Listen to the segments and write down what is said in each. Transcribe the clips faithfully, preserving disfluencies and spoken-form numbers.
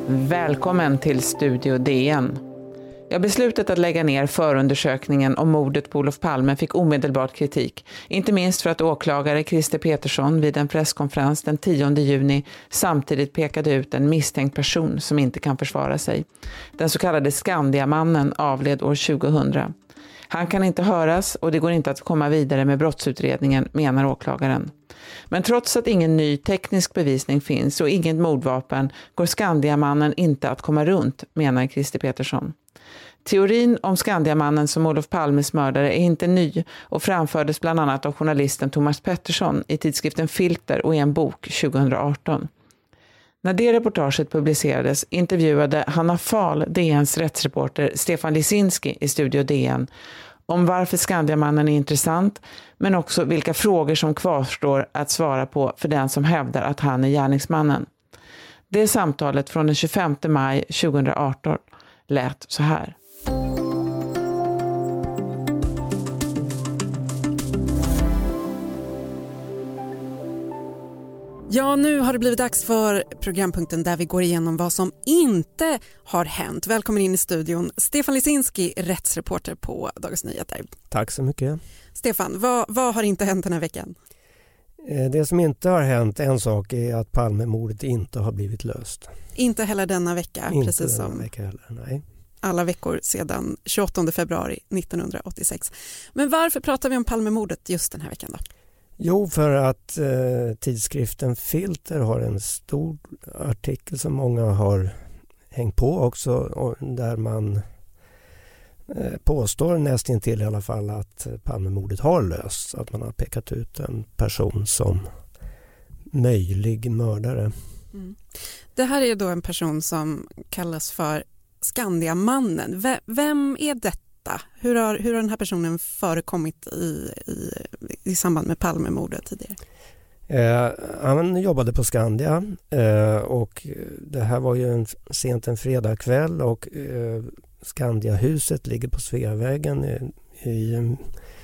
Välkommen till Studio D N. Jag beslutet att lägga ner förundersökningen om mordet på Olof Palme fick omedelbart kritik. Inte minst för att åklagare Christer Petersson vid en presskonferens den tionde juni samtidigt pekade ut en misstänkt person som inte kan försvara sig. Den så kallade Skandiamannen avled år tjugohundra. Han kan inte höras och det går inte att komma vidare med brottsutredningen, menar åklagaren. Men trots att ingen ny teknisk bevisning finns och inget mordvapen går Skandiamannen inte att komma runt, menar Christer Petersson. Teorin om Skandiamannen som Olof Palmes mördare är inte ny och framfördes bland annat av journalisten Thomas Pettersson i tidskriften Filter och i en bok tjugohundraarton. När det reportaget publicerades intervjuade Hanna Fahl, D N:s rättsreporter Stefan Lisinski i Studio D N om varför Skandiamannen är intressant, men också vilka frågor som kvarstår att svara på för den som hävdar att han är gärningsmannen. Det samtalet från den tjugofemte maj tjugohundraarton lät så här. Ja, nu har det blivit dags för programpunkten där vi går igenom vad som inte har hänt. Välkommen in i studion, Stefan Lisinski, rättsreporter på Dagens Nyheter. Tack så mycket. Stefan, vad, vad har inte hänt den här veckan? Det som inte har hänt, en sak, är att Palmemordet inte har blivit löst. Inte heller denna vecka, inte precis denna som vecka heller, nej. Alla veckor sedan tjugoåttonde februari nittonhundraåttiosex. Men varför pratar vi om Palmemordet just den här veckan då? Jo, för att eh, tidskriften Filter har en stor artikel som många har hängt på också, och där man eh, påstår nästintill i alla fall att Palmemordet har lösts, att man har pekat ut en person som möjlig mördare. Mm. Det här är ju då en person som kallas för Skandiamannen. V- vem är detta? Hur har, hur har den här personen förekommit i, i, i samband med Palmemordet tidigare? Eh, han jobbade på Skandia eh, och det här var ju en, sent en fredagkväll, och eh, Skandiahuset ligger på Sveavägen i, i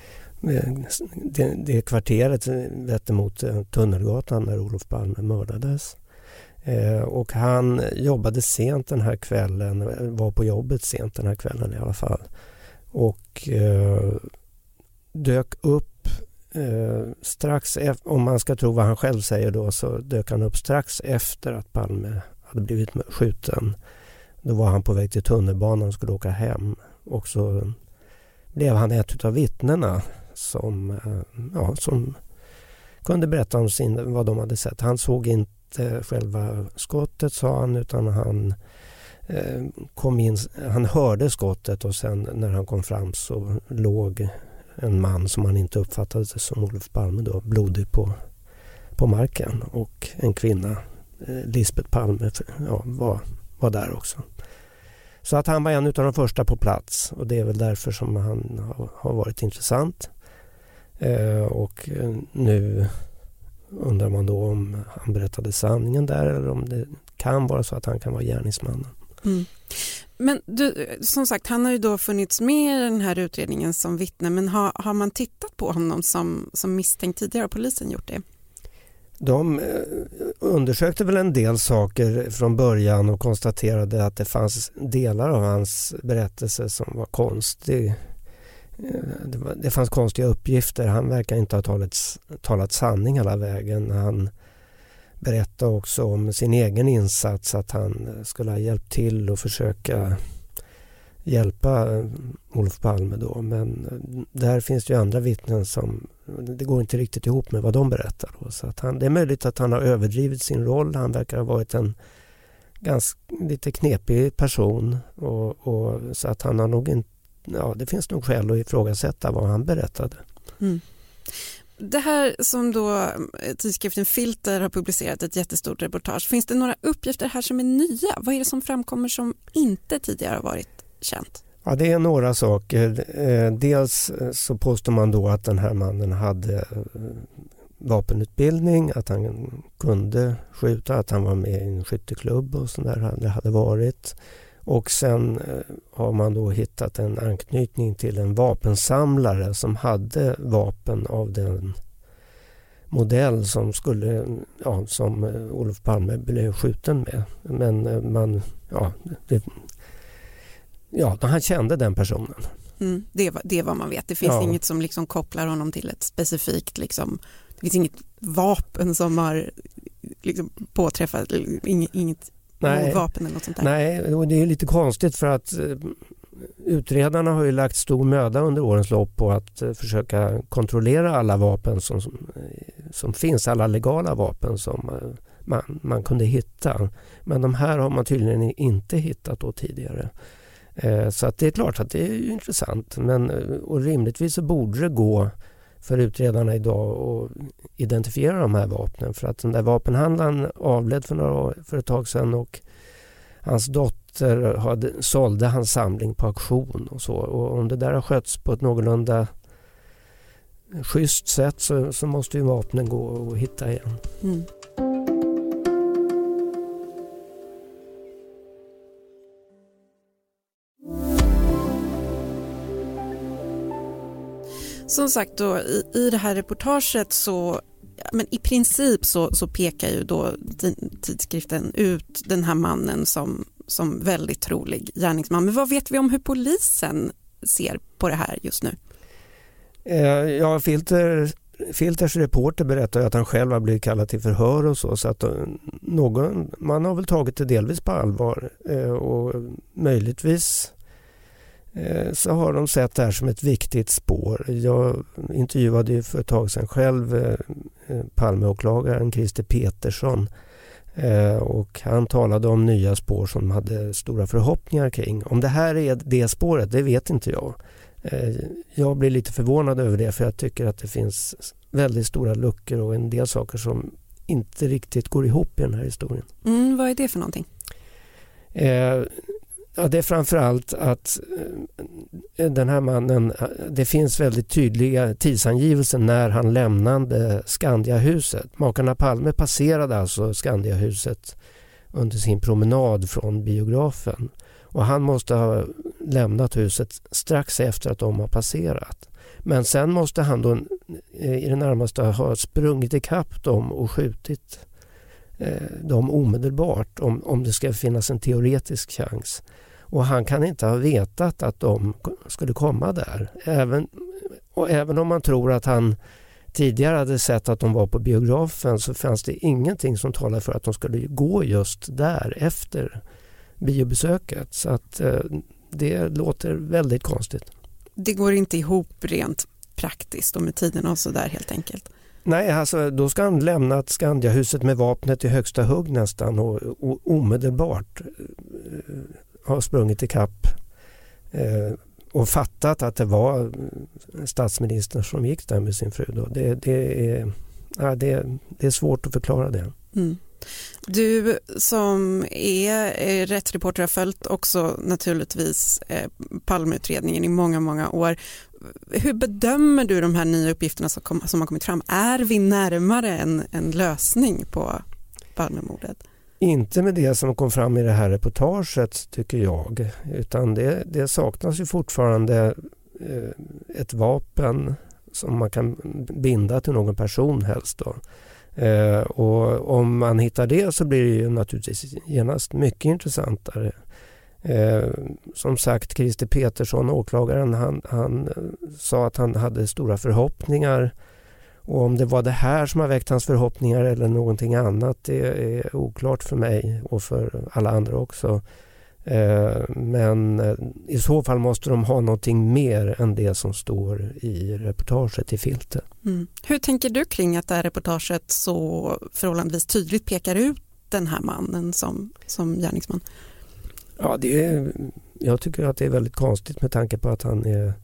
det, det kvarteret vetter mot Tunnelgatan där Olof Palme mördades. Eh, och han jobbade sent den här kvällen, var på jobbet sent den här kvällen i alla fall. Och eh, dök upp eh, strax efter, om man ska tro vad han själv säger då, så dök han upp strax efter att Palme hade blivit skjuten. Då var han på väg till tunnelbanan och skulle åka hem. Och så blev han ett av vittnena som, eh, ja, som kunde berätta om sin, vad de hade sett. Han såg inte själva skottet, sa han, utan han kom in, han hörde skottet, och sen när han kom fram så låg en man som han inte uppfattade som Olof Palme då, blodig på, på marken, och en kvinna, Lisbeth Palme, ja, var, var där också. Så att han var en av de första på plats, och det är väl därför som han har, har varit intressant. Eh, och nu undrar man då om han berättade sanningen där, eller om det kan vara så att han kan vara gärningsmannen. Mm. Men du, som sagt, han har ju då funnits med i den här utredningen som vittne, men har, har man tittat på honom som, som misstänkt tidigare? Har polisen gjort det? De eh, undersökte väl en del saker från början och konstaterade att det fanns delar av hans berättelse som var konstig. Eh, det, var, det fanns konstiga uppgifter. Han verkar inte ha talat, talat sanning hela vägen. Han berättade också om sin egen insats, att han skulle ha hjälpt till och försöka hjälpa Olof Palme då. Men där finns det ju andra vittnen som det går inte riktigt ihop med vad de berättar då. Så att han, det är möjligt att han har överdrivit sin roll. Han verkar ha varit en ganska lite knepig person, och, och så att han har nog inte, ja, det finns nog skäl att ifrågasätta vad han berättade. Mm. Det här som då tidskriften Filter har publicerat ett jättestort reportage. Finns det några uppgifter här som är nya? Vad är det som framkommer som inte tidigare har varit känt? Ja, det är några saker. Dels så påstår man då att den här mannen hade vapenutbildning, att han kunde skjuta, att han var med i en skytteklubb och sånt där det hade varit. Och sen har man då hittat en anknytning till en vapensamlare som hade vapen av den modell som skulle, ja, som Olof Palme blev skjuten med. Men man, ja, det, ja han kände den personen. Mm, det, är, det är vad man vet. Det finns ja. inget som liksom kopplar honom till ett specifikt, liksom, det finns inget vapen som har liksom påträffat, inget, inget Nej. vapen eller något sånt där. Nej, och det är lite konstigt för att utredarna har ju lagt stor möda under årens lopp på att försöka kontrollera alla vapen som, som, som finns, alla legala vapen som man, man kunde hitta. Men de här har man tydligen inte hittat då tidigare. Eh, så att det är klart att det är ju intressant. Men, och rimligtvis så borde det gå för utredarna idag att identifiera de här vapnen. För att den där vapenhandlaren avled för, några, för ett tag sedan och hans dotter hade, sålde hans samling på auktion och så. Och om det där har skötts på ett någorlunda schysst sätt så, så måste ju vapnen gå att hitta igen. Mm. Som sagt då, i, i det här reportaget så, men i princip så, så pekar ju då tidskriften ut den här mannen som, som väldigt trolig gärningsman. Men vad vet vi om hur polisen ser på det här just nu? Eh, ja, Filter, Filters reporter berättar att han själv har blivit kallad till förhör och så. Så att någon, man har väl tagit det delvis på allvar eh, och möjligtvis så har de sett det här som ett viktigt spår. Jag intervjuade ju för ett tag sedan själv eh, Palmeåklagaren Christer Petersson eh, och han talade om nya spår som hade stora förhoppningar kring. Om det här är det spåret, det vet inte jag. Eh, jag blir lite förvånad över det för jag tycker att det finns väldigt stora luckor och en del saker som inte riktigt går ihop i den här historien. Mm, vad är det för någonting? Eh, Ja, det är framförallt att den här mannen, det finns väldigt tydliga tidsangivelser när han lämnade Skandiahuset. Makarna Palme passerade alltså Skandiahuset under sin promenad från biografen. Och han måste ha lämnat huset strax efter att de har passerat. Men sen måste han då i det närmaste ha sprungit i kapp dem och skjutit dem omedelbart om, om det ska finnas en teoretisk chans. Och han kan inte ha vetat att de skulle komma där. Även, och även om man tror att han tidigare hade sett att de var på biografen så fanns det ingenting som talade för att de skulle gå just där efter biobesöket. Så att eh, det låter väldigt konstigt. Det går inte ihop rent praktiskt och med tiden och så där helt enkelt. Nej, alltså då ska han lämna Skandiahuset med vapnet i högsta hugg nästan och, och omedelbart eh, har sprungit i kapp eh, och fattat att det var statsministern som gick där med sin fru. Då. Det, det, är, ja, det, det är svårt att förklara det. Mm. Du som är rättsreporter har följt också naturligtvis eh, Palmeutredningen i många, många år. Hur bedömer du de här nya uppgifterna som, kom, som har kommit fram? Är vi närmare en, en lösning på Palmemordet? Inte med det som kom fram i det här reportaget tycker jag. Utan det, det saknas ju fortfarande eh, ett vapen som man kan binda till någon person helst då. Eh, och om man hittar det så blir det ju naturligtvis genast mycket intressantare. Eh, som sagt, Christer Petersson, åklagaren, han, han sa att han hade stora förhoppningar. Och om det var det här som har väckt hans förhoppningar eller någonting annat, det är oklart för mig och för alla andra också. Eh, men i så fall måste de ha någonting mer än det som står i reportaget i Filter. Mm. Hur tänker du kring att det här reportaget så förhållandevis tydligt pekar ut den här mannen som, som gärningsman? Ja, det är, jag tycker att det är väldigt konstigt med tanke på att han är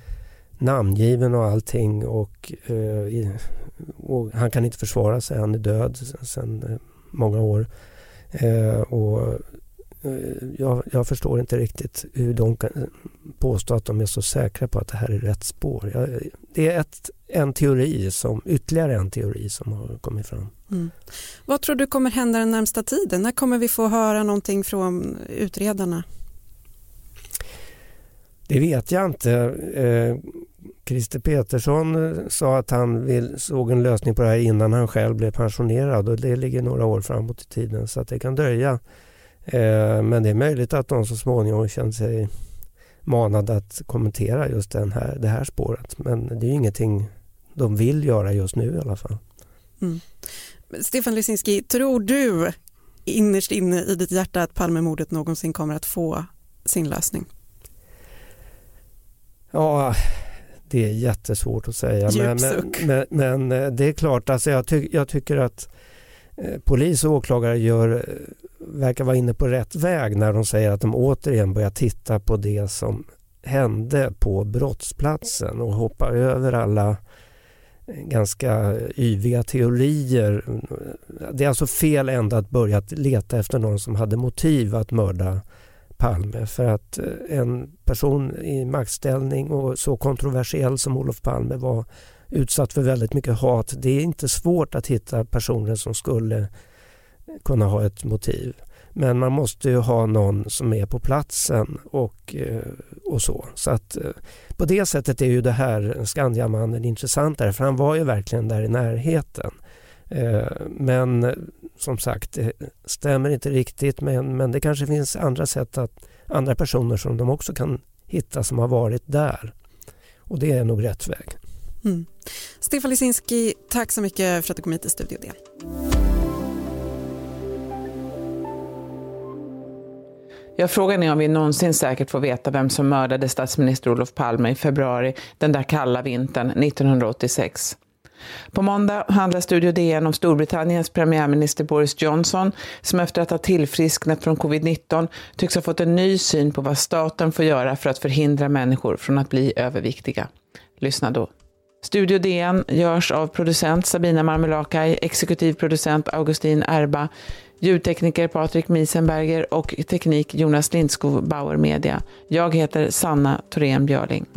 namngiven och allting och, eh, och han kan inte försvara sig, han är död sedan eh, många år eh, och eh, jag, jag förstår inte riktigt hur de kan påstå att de är så säkra på att det här är rätt spår. Jag, det är ett, en teori som, ytterligare en teori som har kommit fram. Mm. Vad tror du kommer hända den närmsta tiden? När kommer vi få höra någonting från utredarna? Det vet jag inte. Eh, Christer Petersson sa att han vill, såg en lösning på det här innan han själv blev pensionerad, och det ligger några år framåt i tiden så att det kan dröja. Eh, men det är möjligt att de så småningom känner sig manade att kommentera just den här, det här spåret. Men det är ju ingenting de vill göra just nu i alla fall. Mm. Stefan Lysinski, tror du innerst inne i ditt hjärta att Palmemordet någonsin kommer att få sin lösning? Ja, det är jättesvårt att säga. Men, men, men, men det är klart, alltså jag, ty- jag tycker att eh, polis och åklagare gör, verkar vara inne på rätt väg när de säger att de återigen börjar titta på det som hände på brottsplatsen och hoppa över alla ganska yviga teorier. Det är alltså fel ända att börja leta efter någon som hade motiv att mörda Palme, för att en person i maktställning och så kontroversiell som Olof Palme var utsatt för väldigt mycket hat. Det är inte svårt att hitta personer som skulle kunna ha ett motiv. Men man måste ju ha någon som är på platsen och, och så. Så att på det sättet är ju det här Skandiamannen intressantare, för han var ju verkligen där i närheten. Men som sagt, det stämmer inte riktigt, men, men det kanske finns andra sätt att, andra personer som de också kan hitta som har varit där. Och det är nog rätt väg. Mm. Stefan Lysinski, tack så mycket för att du kom hit i Studio D N. Jag frågar är om vi någonsin säkert får veta vem som mördade statsminister Olof Palme i februari den där kalla vintern nittonhundraåttiosex. På måndag handlar Studio D N om Storbritanniens premiärminister Boris Johnson, som efter att ha tillfrisknat från covid nitton tycks ha fått en ny syn på vad staten får göra för att förhindra människor från att bli överviktiga. Lyssna då. Studio D N görs av producent Sabina Marmelakai, exekutiv producent Augustin Erba, ljudtekniker Patrik Miesenberger och teknik Jonas Lindskov Bauer Media. Jag heter Sanna Thorén Björling.